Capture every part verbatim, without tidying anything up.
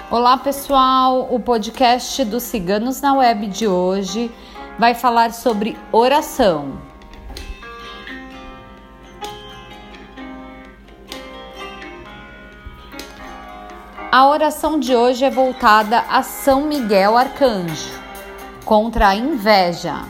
Olá pessoal, o podcast dos Ciganos na Web de hoje vai falar sobre oração. A oração de hoje é voltada a São Miguel Arcanjo, contra a inveja.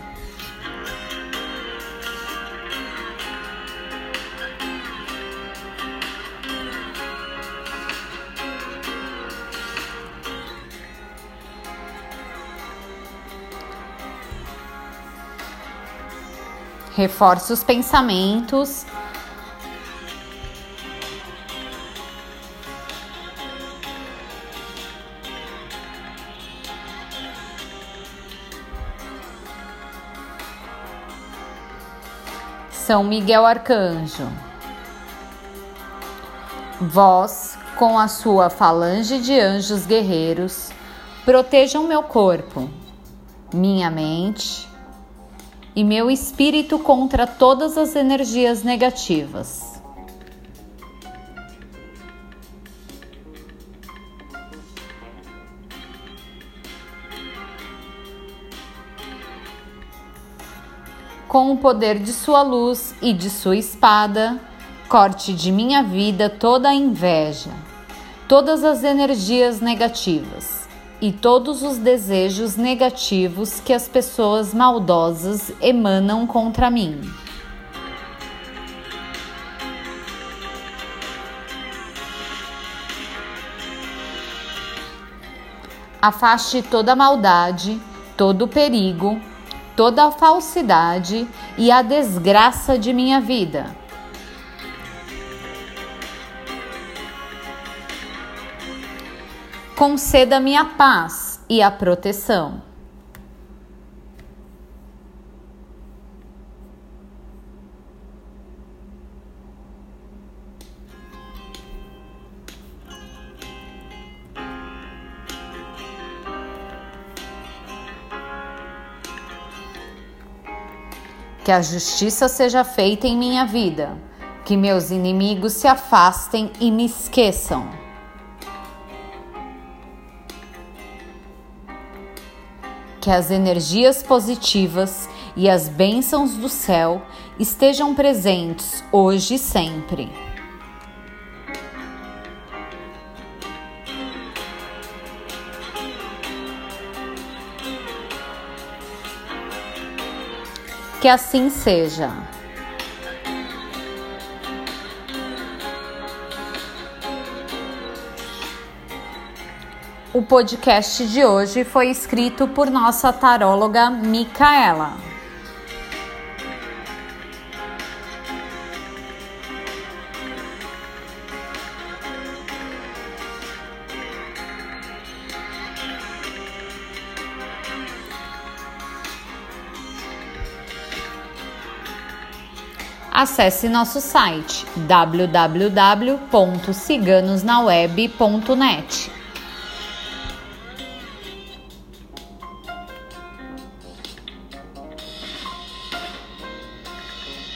Reforce os pensamentos. São Miguel Arcanjo, vós, com a sua falange de anjos guerreiros, protejam meu corpo, minha mente e meu espírito contra todas as energias negativas. Com o poder de sua luz e de sua espada, corte de minha vida toda a inveja, todas as energias negativas e todos os desejos negativos que as pessoas maldosas emanam contra mim. Afaste toda a maldade, todo o perigo, toda a falsidade e a desgraça de minha vida. Conceda-me a paz e a proteção. Que a justiça seja feita em minha vida, que meus inimigos se afastem e me esqueçam. Que as energias positivas e as bênçãos do céu estejam presentes hoje e sempre. Que assim seja. O podcast de hoje foi escrito por nossa taróloga Micaela. Acesse nosso site w w w ponto ciganos na web ponto net.